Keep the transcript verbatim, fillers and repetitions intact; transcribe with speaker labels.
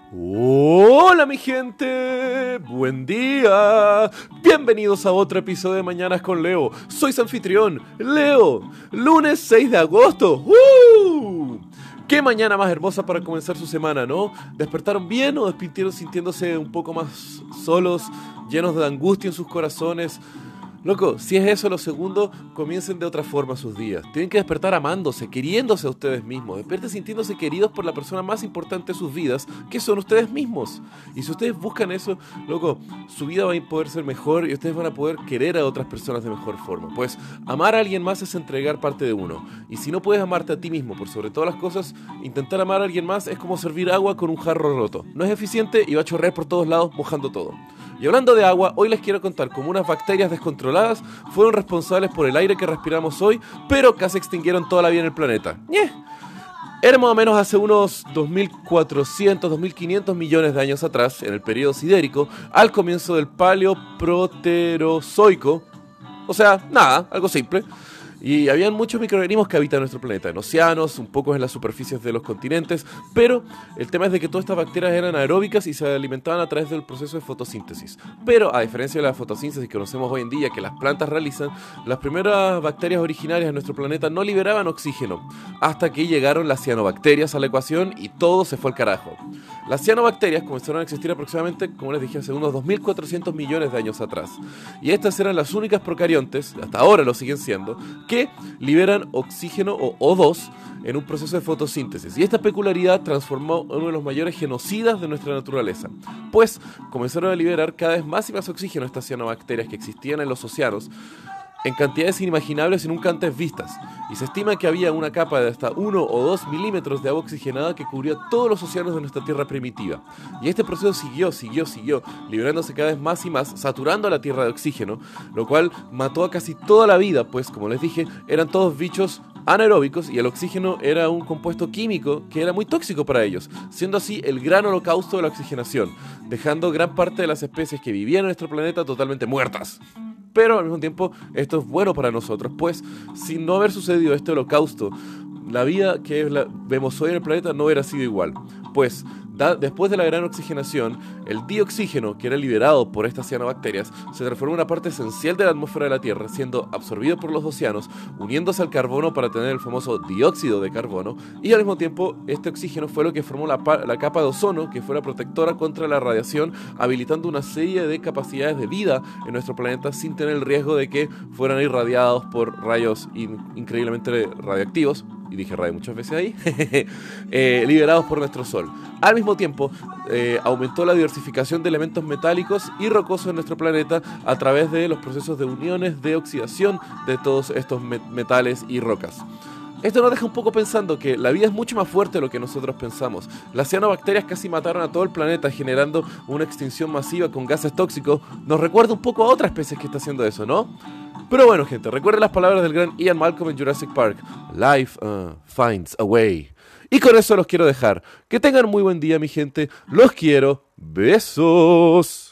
Speaker 1: Hola mi gente, buen día, bienvenidos a otro episodio de Mañanas con Leo. Soy su anfitrión, Leo, lunes seis de agosto. ¡Uh! Qué mañana más hermosa para comenzar su semana, ¿no? ¿Despertaron bien o despintieron sintiéndose un poco más solos, llenos de angustia en sus corazones? Loco, si es eso lo segundo, comiencen de otra forma sus días. Tienen que despertar amándose, queriéndose a ustedes mismos. Despierten sintiéndose queridos por la persona más importante de sus vidas, que son ustedes mismos. Y si ustedes buscan eso, loco, su vida va a poder ser mejor y ustedes van a poder querer a otras personas de mejor forma. Pues amar a alguien más es entregar parte de uno. Y si no puedes amarte a ti mismo por sobre todas las cosas, intentar amar a alguien más es como servir agua con un jarro roto. No es eficiente y va a chorrear por todos lados mojando todo. Y hablando de agua, hoy les quiero contar cómo unas bacterias descontroladas fueron responsables por el aire que respiramos hoy, pero casi extinguieron toda la vida en el planeta. ¡Ñe! Era más o menos hace unos dos mil cuatrocientos, dos mil quinientos millones de años atrás, en el período sidérico, al comienzo del Paleoproterozoico. O sea, nada, algo simple. Y habían muchos microorganismos que habitan nuestro planeta, en océanos, un poco en las superficies de los continentes, pero el tema es de que todas estas bacterias eran aeróbicas y se alimentaban a través del proceso de fotosíntesis. Pero a diferencia de la fotosíntesis que conocemos hoy en día, que las plantas realizan, las primeras bacterias originarias de nuestro planeta no liberaban oxígeno, hasta que llegaron las cianobacterias a la ecuación y todo se fue al carajo. Las cianobacterias comenzaron a existir aproximadamente, como les dije, hace unos dos mil cuatrocientos millones de años atrás. Y estas eran las únicas procariontes, hasta ahora lo siguen siendo, que liberan oxígeno o O dos en un proceso de fotosíntesis. Y esta peculiaridad transformó en uno de los mayores genocidas de nuestra naturaleza, pues comenzaron a liberar cada vez más y más oxígeno estas cianobacterias que existían en los océanos en cantidades inimaginables y nunca antes vistas, y se estima que había una capa de hasta uno o dos milímetros de agua oxigenada que cubría todos los océanos de nuestra Tierra primitiva. Y este proceso siguió, siguió, siguió, liberándose cada vez más y más, saturando a la Tierra de oxígeno, lo cual mató a casi toda la vida, pues como les dije, eran todos bichos anaeróbicos y el oxígeno era un compuesto químico que era muy tóxico para ellos, siendo así el gran holocausto de la oxigenación, dejando gran parte de las especies que vivían en nuestro planeta totalmente muertas. Pero al mismo tiempo esto es bueno para nosotros, pues sin no haber sucedido este holocausto, la vida que la, vemos hoy en el planeta no hubiera sido igual. Pues da, después de la gran oxigenación, el dioxígeno que era liberado por estas cianobacterias se transformó en una parte esencial de la atmósfera de la Tierra, siendo absorbido por los océanos, uniéndose al carbono para tener el famoso dióxido de carbono, y al mismo tiempo este oxígeno fue lo que formó la, la capa de ozono, que fue la protectora contra la radiación, habilitando una serie de capacidades de vida en nuestro planeta sin tener el riesgo de que fueran irradiados por rayos in, increíblemente radioactivos, y dije radio muchas veces ahí, eh, liberados por nuestro Sol. Al mismo tiempo, eh, aumentó la diversificación de elementos metálicos y rocosos en nuestro planeta a través de los procesos de uniones de oxidación de todos estos met metales y rocas. Esto nos deja un poco pensando que la vida es mucho más fuerte de lo que nosotros pensamos. Las cianobacterias casi mataron a todo el planeta, generando una extinción masiva con gases tóxicos. Nos recuerda un poco a otras especies que está haciendo eso, ¿no? Pero bueno, gente, recuerden las palabras del gran Ian Malcolm en Jurassic Park. Life uh, finds a way. Y con eso los quiero dejar. Que tengan muy buen día, mi gente. Los quiero. Besos.